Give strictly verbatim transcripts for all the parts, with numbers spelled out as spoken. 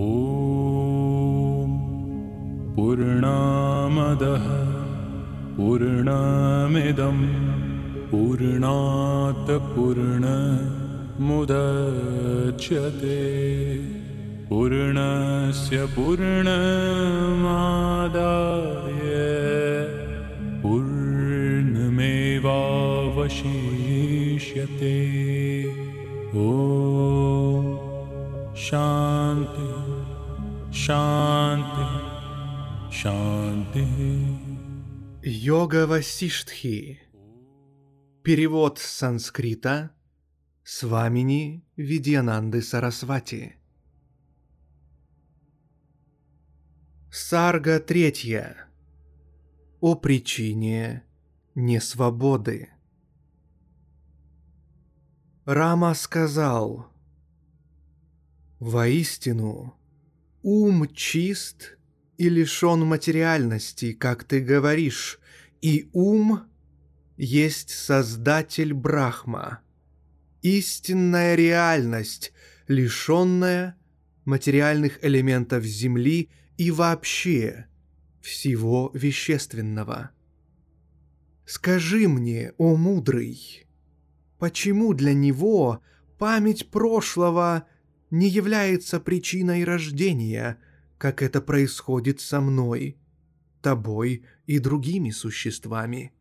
Ом Пурнамадах Пурнамидам Пурнат Пурнамудачяте Пурнасья Пурнамадая Пурнамевавашишьяте. Ом Шанти Шанти Шанти. Йога Васиштхи. Перевод с санскрита Свамини Видьянанды Сарасвати. Сарга третья. О причине несвободы. Рама сказал: «Воистину, ум чист и лишен материальности, как ты говоришь, и ум есть Создатель Брахма, истинная реальность, лишенная материальных элементов земли и вообще всего вещественного. Скажи мне, о мудрый, почему для него память прошлого не является причиной рождения, как это происходит со мной, тобой и другими существами?»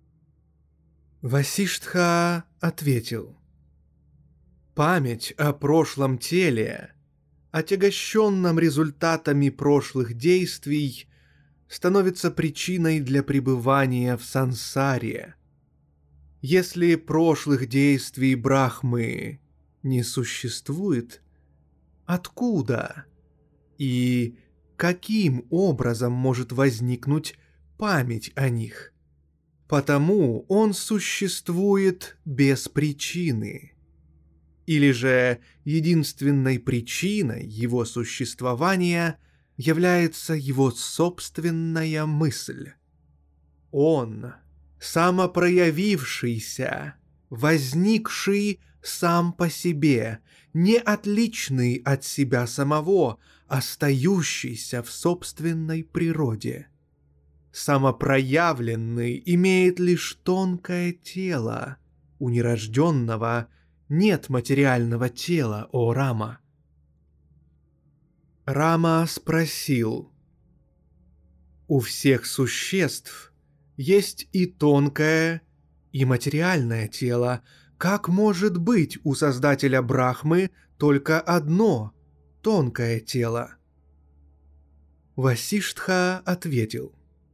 Васиштха ответил: «Память о прошлом теле, отягощенном результатами прошлых действий, становится причиной для пребывания в сансаре. Если прошлых действий Брахмы не существует, откуда и каким образом может возникнуть память о них? Потому он существует без причины. Или же единственной причиной его существования является его собственная мысль. Он, самопроявившийся, возникший сам по себе, не отличный от себя самого, остающийся в собственной природе. Самопроявленный имеет лишь тонкое тело. У нерожденного нет материального тела, о Рама». Рама спросил: «У всех существ есть и тонкое, и материальное тело. Как может быть у Создателя Брахмы только одно тонкое тело?» Васиштха ответил: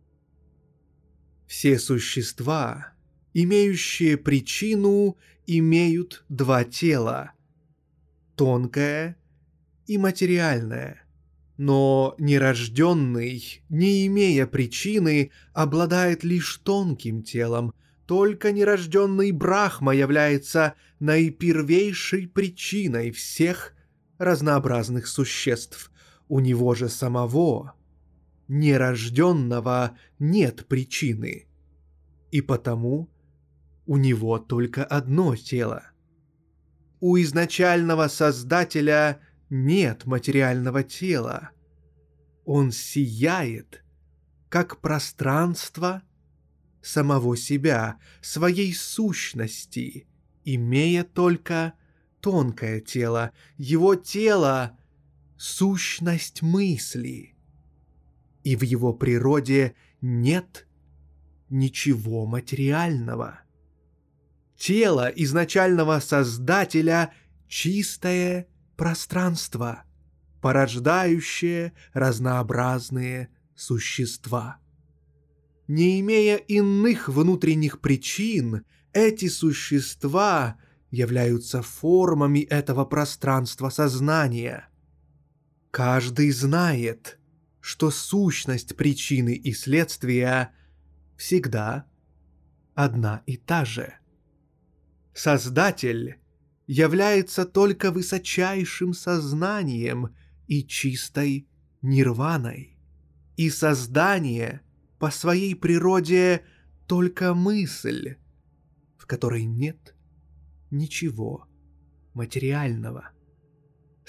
«Все существа, имеющие причину, имеют два тела — тонкое и материальное. Но нерожденный, не имея причины, обладает лишь тонким телом. Только нерожденный Брахма является наипервейшей причиной всех разнообразных существ. У него же самого, нерожденного, нет причины, и потому у него только одно тело. У изначального Создателя нет материального тела. Он сияет, как пространство самого себя, своей сущности, имея только тонкое тело. Его тело — сущность мысли, и в его природе нет ничего материального. Тело изначального Создателя — чистое пространство, порождающее разнообразные существа. Не имея иных внутренних причин, эти существа являются формами этого пространства сознания. Каждый знает, что сущность причины и следствия всегда одна и та же. Создатель является только высочайшим сознанием и чистой нирваной, и создание по своей природе только мысль, в которой нет ничего материального.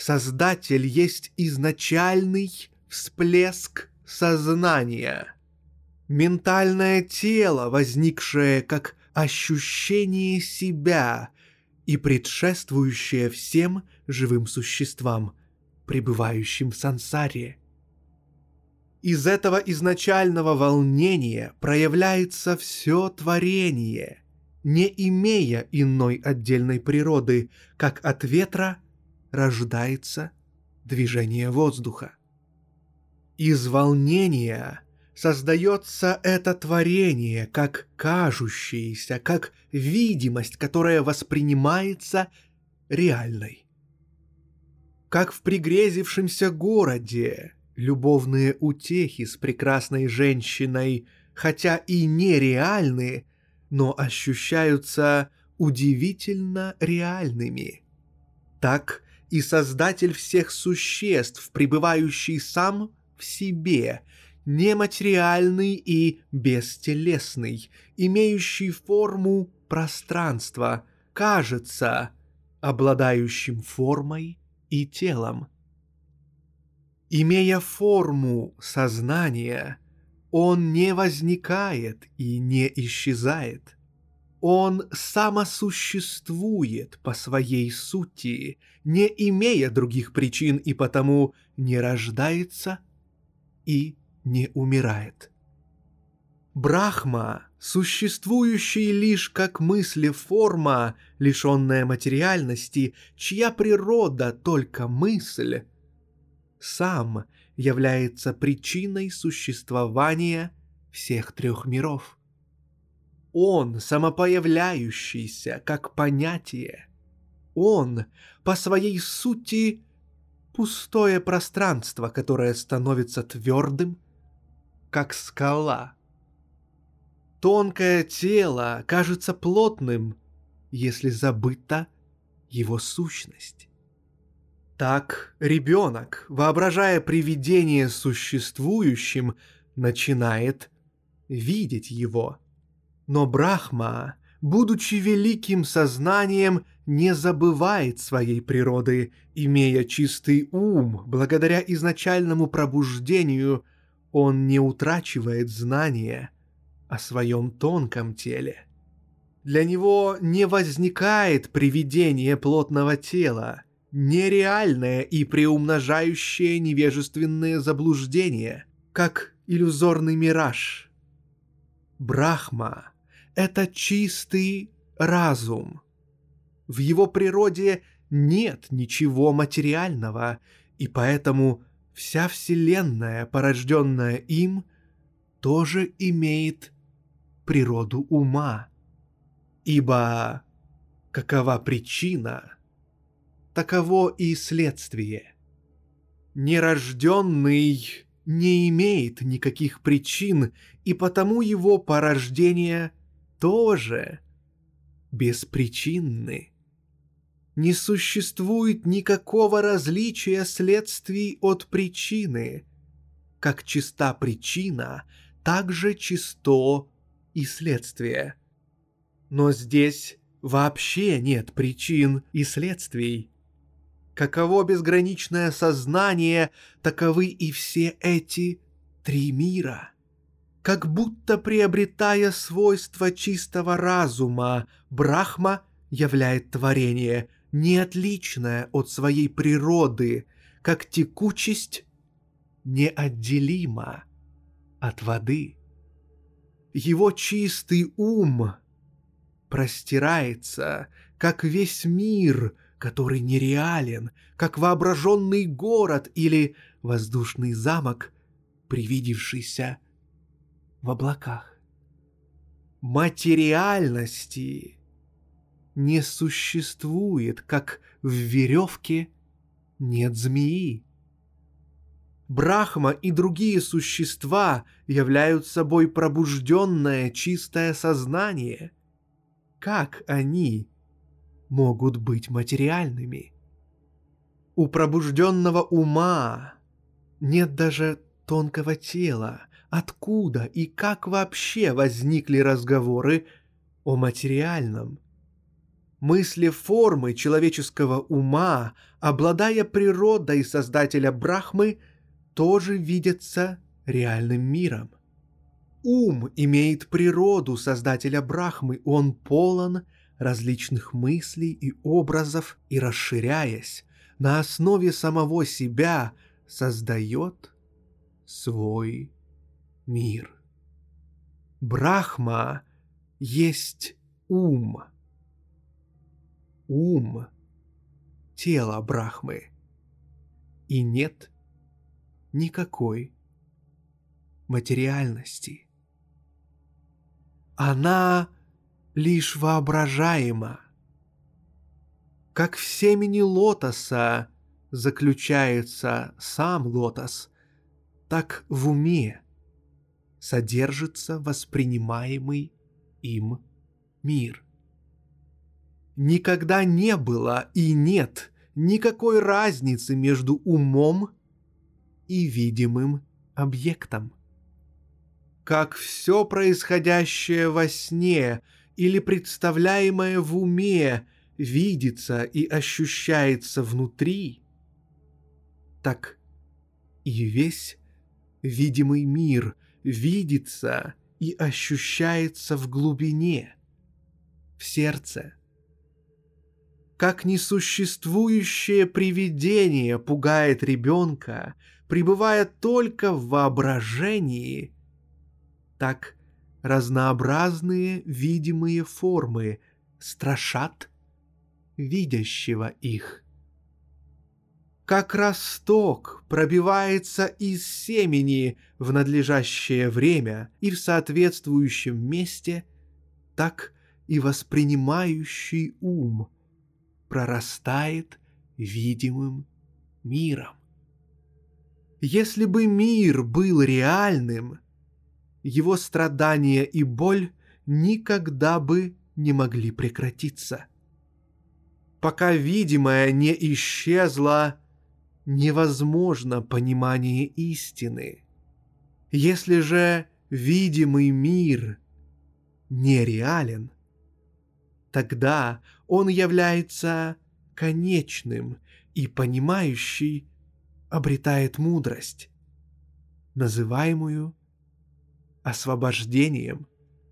Создатель есть изначальный всплеск сознания. Ментальное тело, возникшее как ощущение себя и предшествующее всем живым существам, пребывающим в сансаре. Из этого изначального волнения проявляется все творение, не имея иной отдельной природы, как от ветра рождается движение воздуха. Из волнения создается это творение, как кажущееся, как видимость, которая воспринимается реальной. Как в пригрезившемся городе любовные утехи с прекрасной женщиной, хотя и нереальны, но ощущаются удивительно реальными. Так и Создатель всех существ, пребывающий сам в себе, нематериальный и бестелесный, имеющий форму пространства, кажется обладающим формой и телом. Имея форму сознания, он не возникает и не исчезает. Он самосуществует по своей сути, не имея других причин и потому не рождается и не умирает. Брахма, существующий лишь как мыслеформа, лишенная материальности, чья природа только мысль, сам является причиной существования всех трех миров. Он самопоявляющийся как понятие. Он по своей сути пустое пространство, которое становится твердым, как скала. Тонкое тело кажется плотным, если забыта его сущность. Так ребенок, воображая привидение существующим, начинает видеть его. Но Брахма, будучи великим сознанием, не забывает своей природы, имея чистый ум, благодаря изначальному пробуждению, он не утрачивает знания о своем тонком теле. Для него не возникает привидение плотного тела, нереальное и приумножающее невежественные заблуждения, как иллюзорный мираж. Брахма — это чистый разум. В его природе нет ничего материального, и поэтому вся Вселенная, порожденная им, тоже имеет природу ума. Ибо какова причина, таково и следствие. Нерожденный не имеет никаких причин, и потому его порождения тоже беспричинны. Не существует никакого различия следствий от причины. Как чиста причина, так же чисто и следствие. Но здесь вообще нет причин и следствий. Каково безграничное сознание, таковы и все эти три мира. Как будто приобретая свойства чистого разума, Брахма являет творение, не отличное от своей природы, как текучесть неотделима от воды. Его чистый ум простирается, как весь мир, который нереален, как воображенный город или воздушный замок, привидевшийся в облаках. Материальности не существует, как в веревке нет змеи. Брахма и другие существа являются собой пробужденное чистое сознание. Как они могут быть материальными? У пробужденного ума нет даже тонкого тела. Откуда и как вообще возникли разговоры о материальном? мыслеформы человеческого ума, обладая природой создателя Брахмы, тоже видятся реальным миром. Ум имеет природу создателя Брахмы, он полон различных мыслей и образов, и, расширяясь, на основе самого себя создает свой мир. Брахма есть ум. Ум — тело Брахмы. И нет никакой материальности. Она лишь воображаема. Как в семени лотоса заключается сам лотос, так в уме содержится воспринимаемый им мир. Никогда не было и нет никакой разницы между умом и видимым объектом. Как все происходящее во сне или представляемое в уме видится и ощущается внутри, так и весь видимый мир видится и ощущается в глубине, в сердце. Как несуществующее привидение пугает ребенка, пребывая только в воображении, так разнообразные видимые формы страшат видящего их. Как росток пробивается из семени в надлежащее время и в соответствующем месте, так и воспринимающий ум прорастает видимым миром. Если бы мир был реальным, его страдания и боль никогда бы не могли прекратиться. Пока видимое не исчезло, невозможно понимание истины. Если же видимый мир нереален, тогда он является конечным, и понимающий обретает мудрость, называемую освобождением.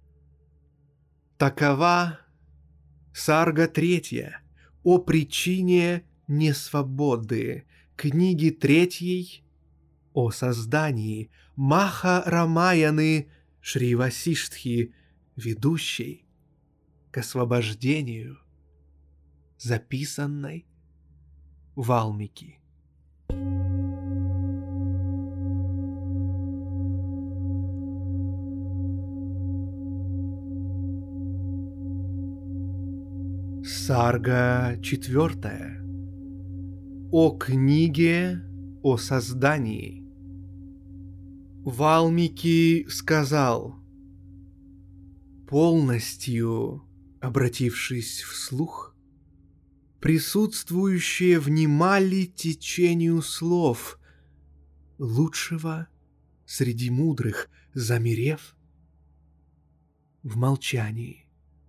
Такова сарга третья о причине несвободы, книги третьей о создании, Маха Рамаяны Шри Васиштхи, ведущей к освобождению, записанной Валмики. Сарга четвертая. О книге о создании. Валмики сказал: полностью обратившись вслух, присутствующие внимали течению слов лучшего среди мудрых, замерев в молчании.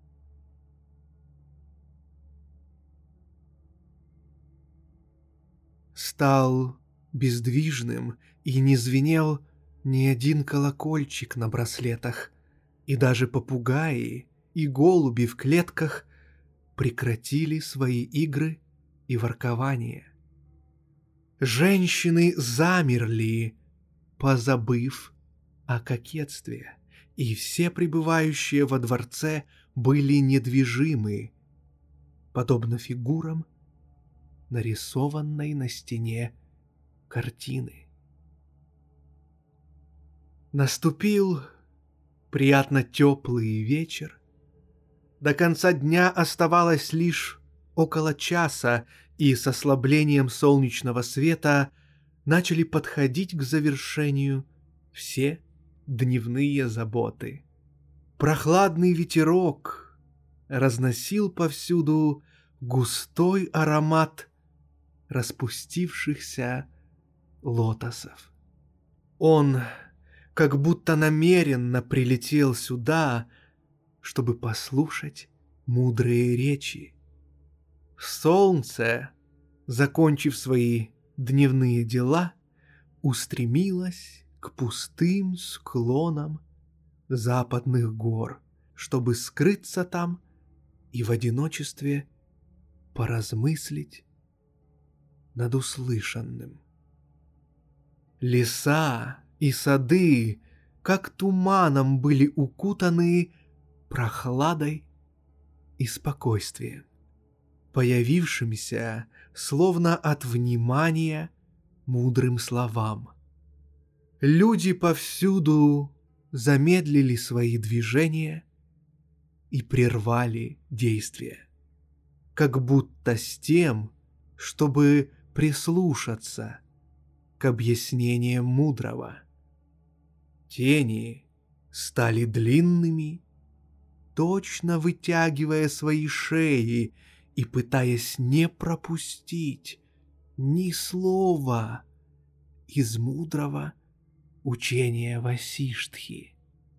Стал бездвижным и не звенел ни один колокольчик на браслетах, и даже попугаи и голуби в клетках прекратили свои игры и воркование. Женщины замерли, позабыв о кокетстве, и все пребывающие во дворце были недвижимы, подобно фигурам нарисованной на стене картины. Наступил приятно теплый вечер. До конца дня оставалось лишь около часа, и с ослаблением солнечного света начали подходить к завершению все дневные заботы. Прохладный ветерок разносил повсюду густой аромат распустившихся лотосов. Он как будто намеренно прилетел сюда, чтобы послушать мудрые речи, Солнце, закончив свои дневные дела, устремилось к пустым склонам западных гор, чтобы скрыться там и в одиночестве поразмыслить над услышанным. Леса и сады, как туманом, были укутаны прохладой и спокойствием, появившимися словно от внимания мудрым словам. Люди повсюду замедлили свои движения и прервали действия, как будто с тем, чтобы прислушаться к объяснениям мудрого. Тени стали длинными, точно вытягивая свои шеи и пытаясь не пропустить ни слова из мудрого учения Васиштхи.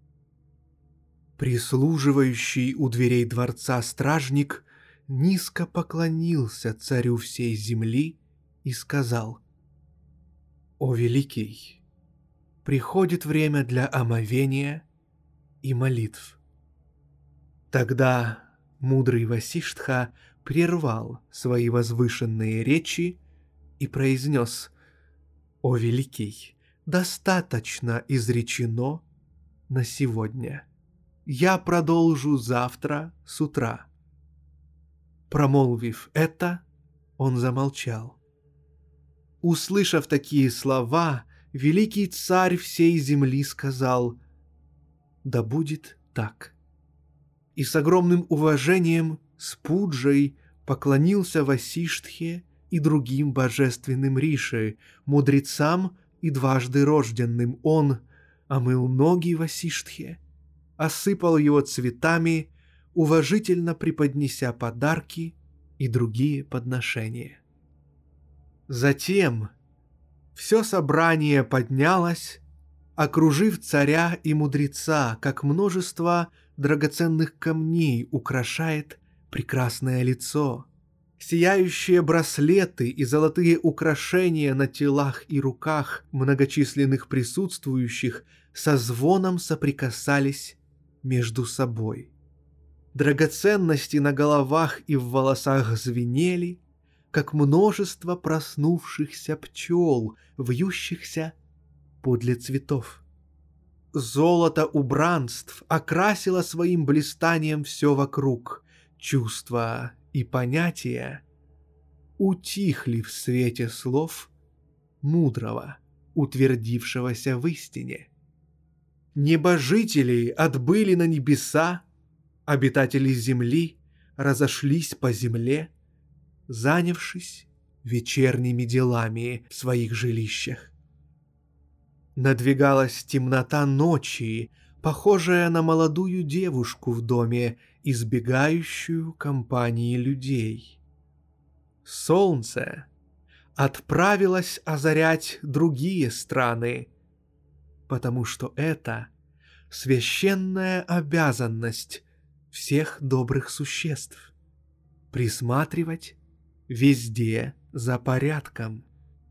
Прислуживающий у дверей дворца стражник низко поклонился царю всей земли и сказал: «О великий, приходит время для омовения и молитв». Тогда мудрый Васиштха прервал свои возвышенные речи и произнес: «О великий, достаточно изречено на сегодня. Я продолжу завтра с утра». Промолвив это, он замолчал. Услышав такие слова, великий царь всей земли сказал: «Да будет так». И с огромным уважением, с пуджей, поклонился Васиштхе и другим божественным риши, мудрецам и дважды рожденным. Он омыл ноги Васиштхе, осыпал его цветами, уважительно преподнеся подарки и другие подношения. Затем все собрание поднялось, окружив царя и мудреца, как множество драгоценных камней украшает прекрасное лицо. Сияющие браслеты и золотые украшения на телах и руках многочисленных присутствующих со звоном соприкасались между собой. Драгоценности на головах и в волосах звенели, как множество проснувшихся пчел, вьющихся подле цветов. Золото убранств окрасило своим блистанием все вокруг. Чувства и понятия утихли в свете слов мудрого, утвердившегося в истине. Небожители отбыли на небеса, обитатели земли разошлись по земле, занявшись вечерними делами в своих жилищах. Надвигалась темнота ночи, похожая на молодую девушку в доме, избегающую компании людей. Солнце отправилось озарять другие страны, потому что это священная обязанность всех добрых существ — присматривать везде за порядком.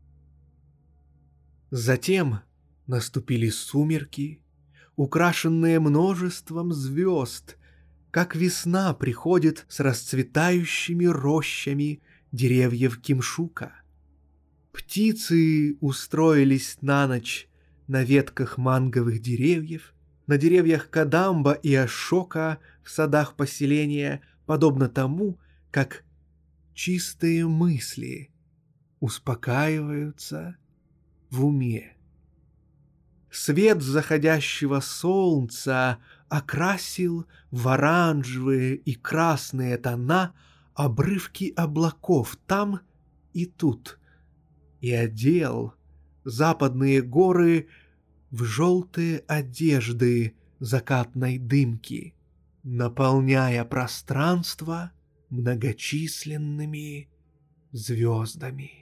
Затем наступили сумерки, украшенные множеством звезд, как весна приходит с расцветающими рощами деревьев кимшука. Птицы устроились на ночь на ветках манговых деревьев, на деревьях кадамба и ашока в садах поселения, подобно тому, как чистые мысли успокаиваются в уме. Свет заходящего солнца окрасил в оранжевые и красные тона обрывки облаков там и тут и одел западные горы в желтые одежды закатной дымки, наполняя пространство многочисленными звездами.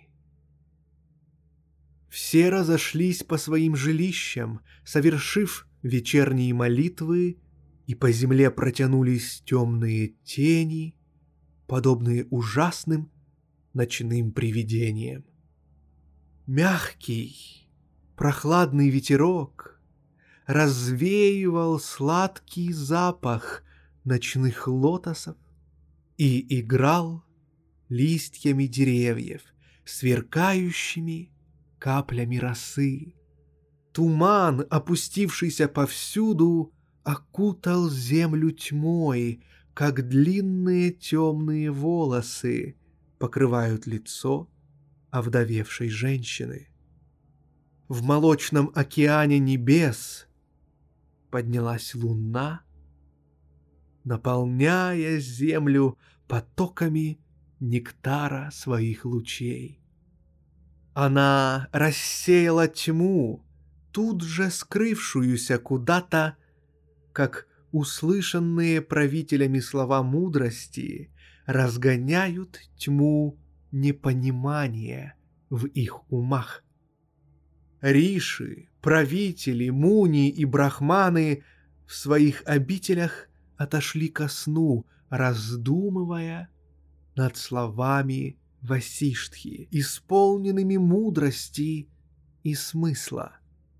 Все разошлись по своим жилищам, совершив вечерние молитвы, и по земле протянулись темные тени, подобные ужасным ночным привидениям. Мягкий, прохладный ветерок развеивал сладкий запах ночных лотосов и играл листьями деревьев, сверкающими каплями росы. Туман, опустившийся повсюду, окутал землю тьмой, как длинные темные волосы покрывают лицо овдовевшей женщины. В молочном океане небес поднялась луна, наполняя землю потоками нектара своих лучей. Она рассеяла тьму, тут же скрывшуюся куда-то, как услышанные правителями слова мудрости разгоняют тьму непонимания в их умах. Риши, правители, муни и брахманы в своих обителях отошли ко сну, раздумывая над словами Васиштхи, исполненными мудрости и смысла.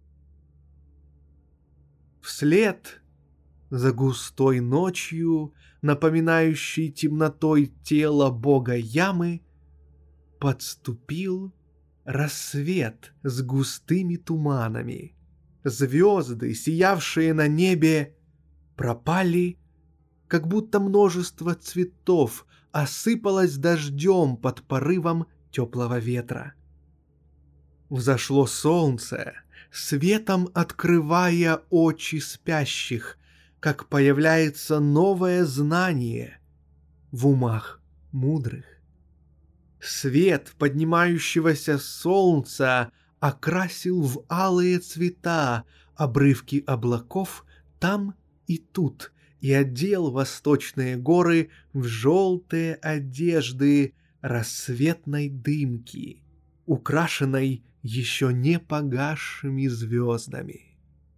Вслед за густой ночью, напоминающей темнотой тело бога Ямы, подступил рассвет с густыми туманами. Звезды, сиявшие на небе, пропали, как будто множество цветов осыпалось дождем под порывом теплого ветра. Взошло солнце, светом открывая очи спящих, как появляется новое знание в умах мудрых. Свет поднимающегося солнца окрасил в алые цвета обрывки облаков там и тут и одел восточные горы в желтые одежды рассветной дымки, украшенной еще не погасшими звездами.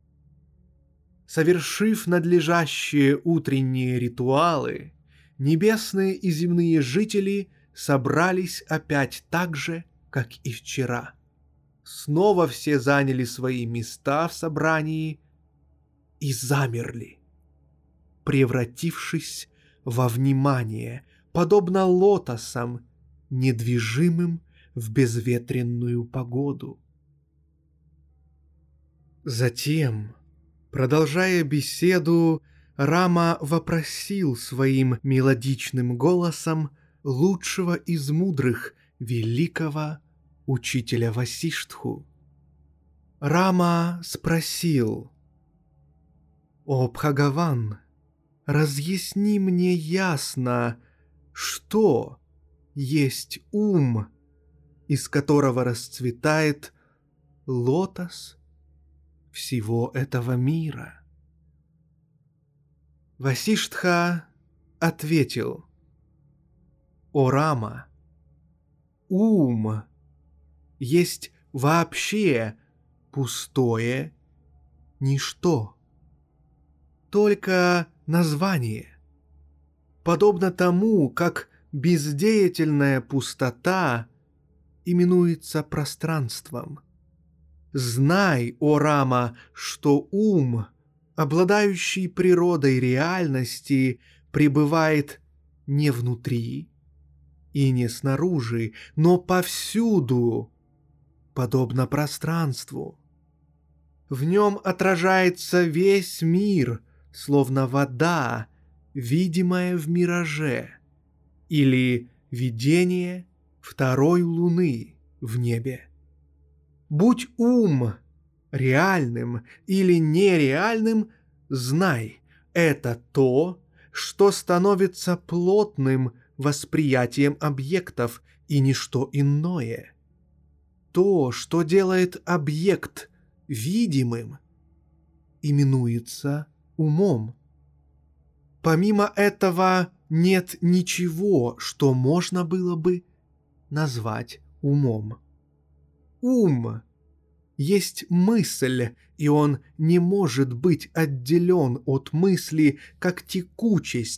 Совершив надлежащие утренние ритуалы, небесные и земные жители собрались опять так же, как и вчера. Снова все заняли свои места в собрании и замерли, превратившись во внимание, подобно лотосам, недвижимым в безветренную погоду. Затем, продолжая беседу, Рама вопросил своим мелодичным голосом лучшего из мудрых, великого учителя Васиштху. Рама спросил: «О Бхагаван, разъясни мне ясно, что есть ум, из которого расцветает лотос всего этого мира». Васиштха ответил: «О Рама, ум есть вообще пустое ничто, только название, подобно тому, как бездеятельная пустота именуется пространством. Знай, о Рама, что ум, обладающий природой реальности, пребывает не внутри и не снаружи, но повсюду, подобно пространству. В нем отражается весь мир, словно вода, видимая в мираже, или видение второй луны в небе. Будь ум реальным или нереальным, знай, это то, что становится плотным восприятием объектов и ничто иное. То, что делает объект видимым, именуется умом. Помимо этого нет ничего, что можно было бы назвать умом. Ум есть мысль, и он не может быть отделен от мысли, как текучесть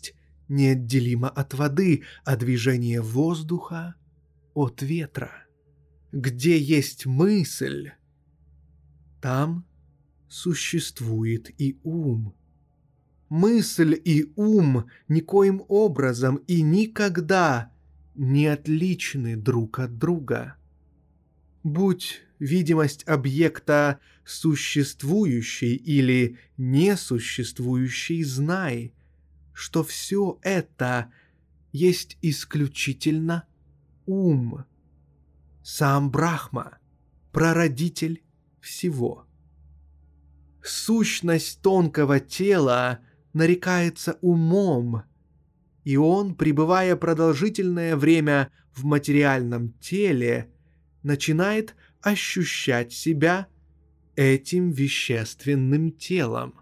неотделимо от воды, а движение воздуха от ветра. Где есть мысль, там существует и ум. Мысль и ум никоим образом и никогда не отличны друг от друга. Будь видимость объекта существующей или несуществующей, знай, что все это есть исключительно ум. Сам Брахма, прародитель всего. Сущность тонкого тела нарекается умом, и он, пребывая продолжительное время в материальном теле, начинает ощущать себя этим вещественным телом.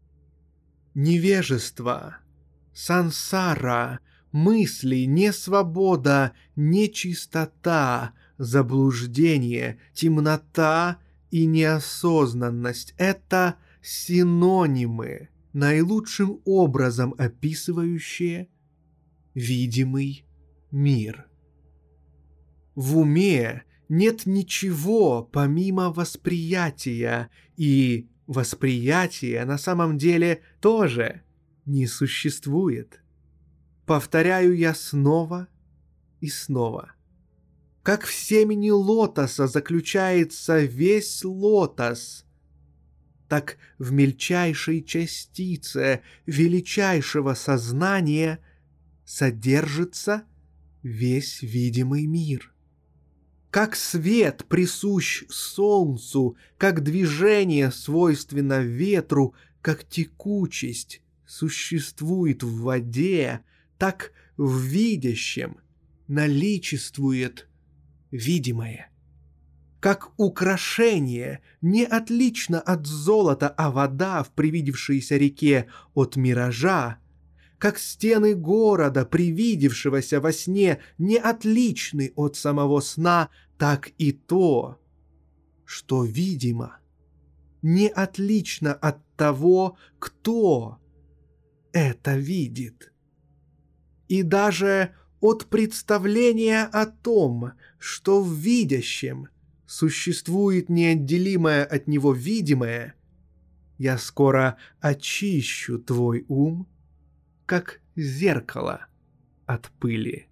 Невежество, сансара, мысли, несвобода, нечистота, заблуждение, темнота и неосознанность — это синонимы, наилучшим образом описывающие видимый мир. В уме нет ничего помимо восприятия, и восприятие на самом деле тоже не существует. Повторяю я снова и снова. Как в семени лотоса заключается весь лотос, так в мельчайшей частице величайшего сознания содержится весь видимый мир. Как свет присущ солнцу, как движение свойственно ветру, как текучесть существует в воде, так в видящем наличествует видимое. Как украшение не отлично от золота, а вода в привидевшейся реке от миража, как стены города, привидевшегося во сне, не отличны от самого сна, так и то, что видимо, не отлично от того, кто это видит. И даже от представления о том, что в видящем существует неотделимое от него видимое, я скоро очищу твой ум, как зеркало от пыли.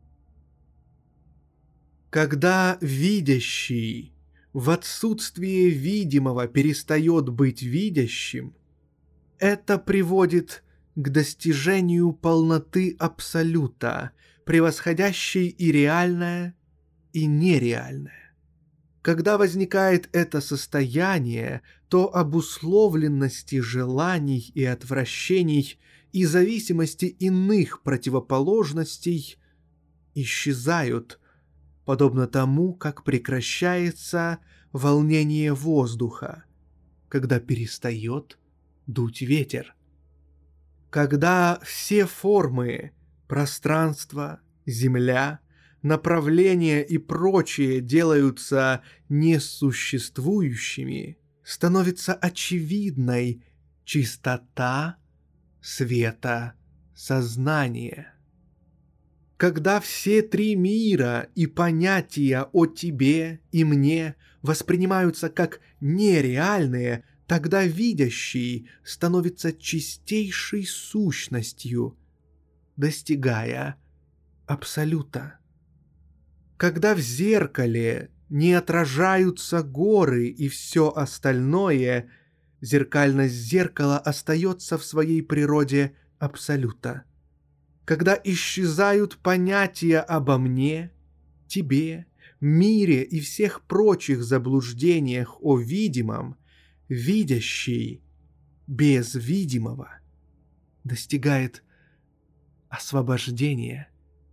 Когда видящий в отсутствие видимого перестает быть видящим, это приводит к достижению полноты абсолюта, превосходящей и реальное, и нереальное. Когда возникает это состояние, то обусловленности желаний и отвращений и зависимости иных противоположностей исчезают, подобно тому, как прекращается волнение воздуха, когда перестает дуть ветер. Когда все формы, пространство, земля, направления и прочее делаются несуществующими, становится очевидной чистота света сознания. Когда все три мира и понятия о тебе и мне воспринимаются как нереальные, тогда видящий становится чистейшей сущностью, достигая абсолюта. Когда в зеркале не отражаются горы и все остальное, зеркальность зеркала остается в своей природе абсолюта. Когда исчезают понятия обо мне, тебе, мире и всех прочих заблуждениях о видимом, видящий без видимого достигает освобождения.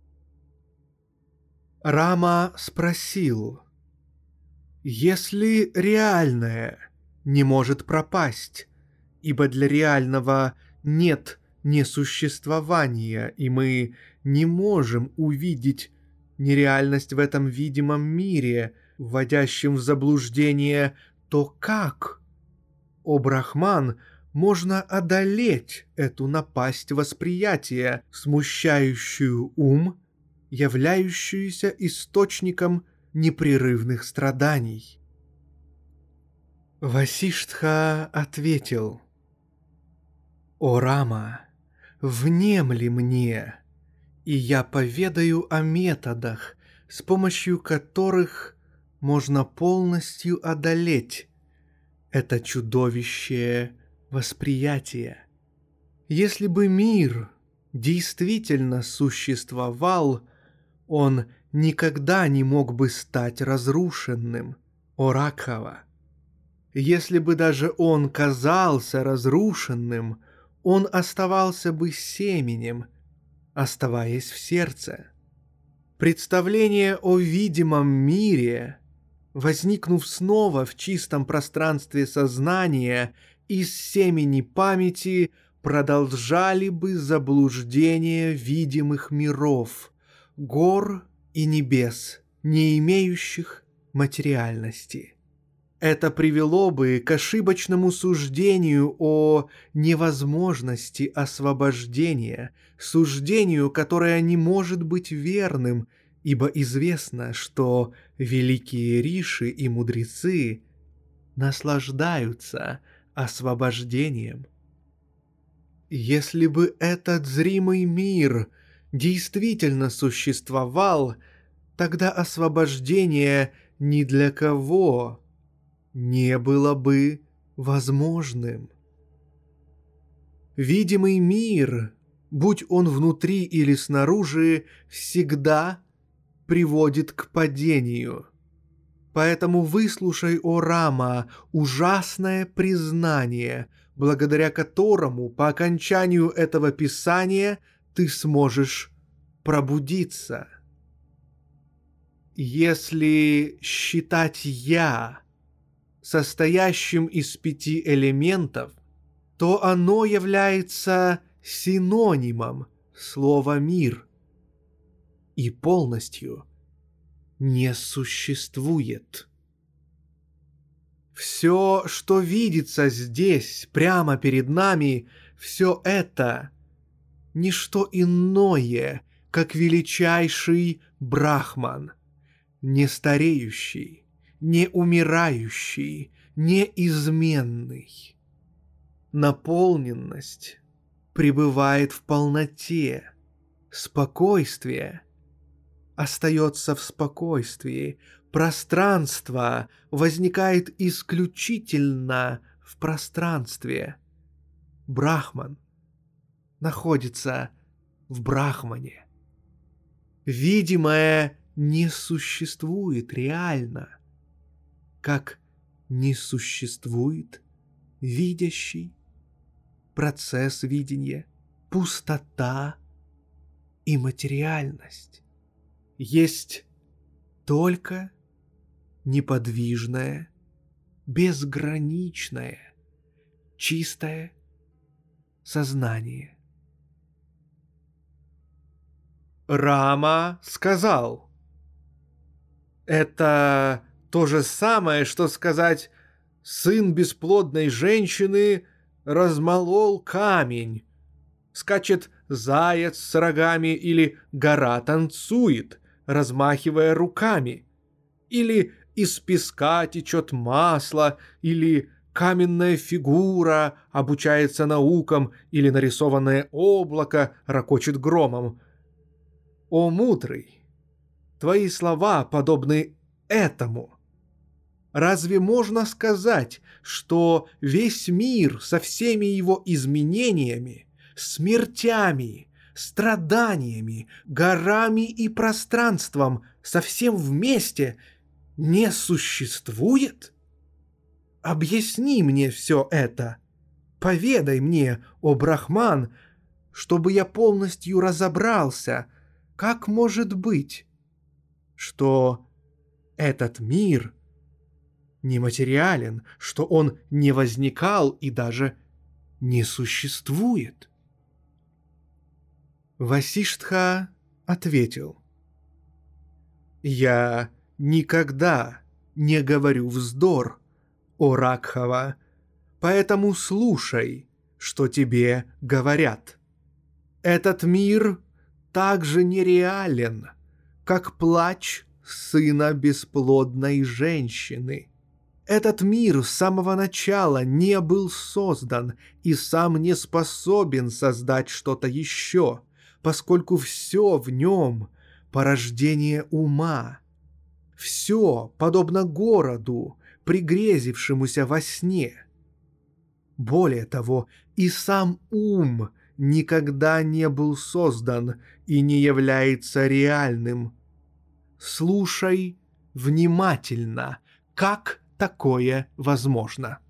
Рама спросил: если реальное не может пропасть, ибо для реального нет несуществования, и мы не можем увидеть нереальность в этом видимом мире, вводящем в заблуждение, то как, о Брахман, можно одолеть эту напасть восприятия, смущающую ум, являющуюся источником непрерывных страданий. Васиштха ответил: «О Рама, внемли мне, и я поведаю о методах, с помощью которых можно полностью одолеть это чудовище восприятие. Если бы мир действительно существовал, он никогда не мог бы стать разрушенным, о Ракхава. Если бы даже он казался разрушенным, он оставался бы семенем, оставаясь в сердце. Представление о видимом мире, возникнув снова в чистом пространстве сознания из семени памяти, продолжали бы заблуждение видимых миров, гор и небес, не имеющих материальности. Это привело бы к ошибочному суждению о невозможности освобождения, суждению, которое не может быть верным, ибо известно, что великие риши и мудрецы наслаждаются освобождением. Если бы этот зримый мир действительно существовал, тогда освобождение ни для кого не было бы возможным. Видимый мир, будь он внутри или снаружи, всегда приводит к падению. Поэтому выслушай, о Рама, ужасное признание, благодаря которому по окончанию этого писания ты сможешь пробудиться. Если считать «я» состоящим из пяти элементов, то оно является синонимом слова «мир» и полностью не существует. Все, что видится здесь, прямо перед нами, все это — ничто иное, как величайший Брахман, не стареющий, не умирающий, неизменный. Наполненность пребывает в полноте, спокойствие остается в спокойствии, пространство возникает исключительно в пространстве. Брахман находится в Брахмане. Видимое не существует реально, как не существует видящий, процесс видения, пустота и материальность. Есть только неподвижное, безграничное, чистое сознание. Рама сказал: «Это то же самое, что сказать: сын бесплодной женщины размолол камень, скачет заяц с рогами или гора танцует, размахивая руками, или из песка течет масло, или каменная фигура обучается наукам, или нарисованное облако ракочет громом. О мудрый, твои слова подобны этому. Разве можно сказать, что весь мир со всеми его изменениями, смертями, страданиями, горами и пространством совсем вместе не существует? Объясни мне все это. Поведай мне, о Брахман, чтобы я полностью разобрался, как может быть, что этот мир нематериален, что он не возникал и даже не существует. Васиштха ответил: «Я никогда не говорю вздор, о Ракхава, Поэтому слушай, что тебе говорят. Этот мир так же нереален, как плач сына бесплодной женщины. Этот мир с самого начала не был создан и сам не способен создать что-то еще, поскольку все в нем — порождение ума. Все подобно городу, пригрезившемуся во сне. Более того, и сам ум никогда не был создан и не является реальным. Слушай внимательно, как такое возможно.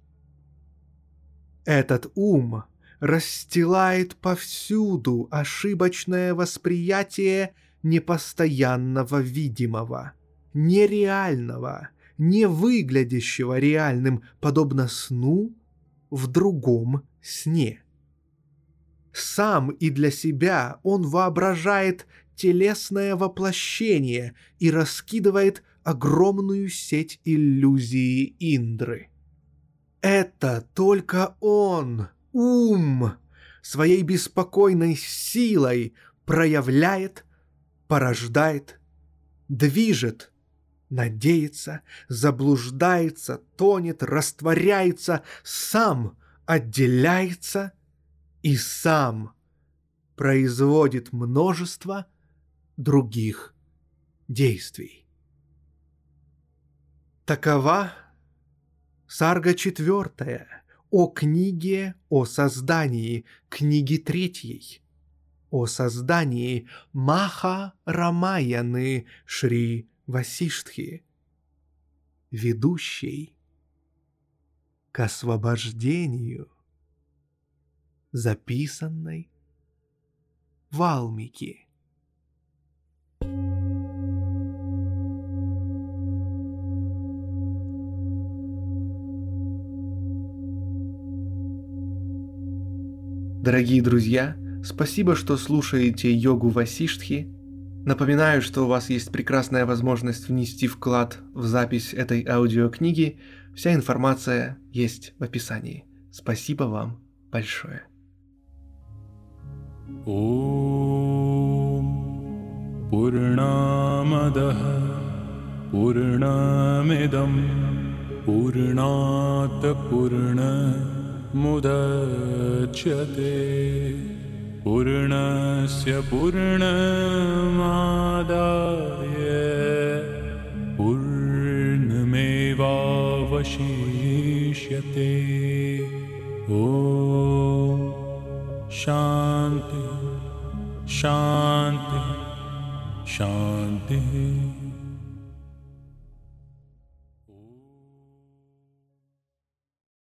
Этот ум расстилает повсюду ошибочное восприятие непостоянного видимого, нереального, не выглядящего реальным, подобно сну в другом сне. Сам и для себя он воображает телесное воплощение и раскидывает огромную сеть иллюзии Индры. Это только он, ум, своей беспокойной силой проявляет, порождает, движет, надеется, заблуждается, тонет, растворяется, сам отделяется и сам производит множество других действий. Такова сарга четвертая о книге о создании, книги третьей о создании Маха Рамаяны Шри Васиштхи, ведущей к освобождению, записанной Валмики. Дорогие друзья, спасибо, что слушаете йогу Васиштхи. Напоминаю, что у вас есть прекрасная возможность внести вклад в запись этой аудиокниги. Вся информация есть в описании. Спасибо вам большое. Ом Пурнамадах Пурнамидам Пурнат Пурна Мудачате Пурнасья Пурнамадая Пурнамевавашишьяте. Ом Shanti Shanti Shanti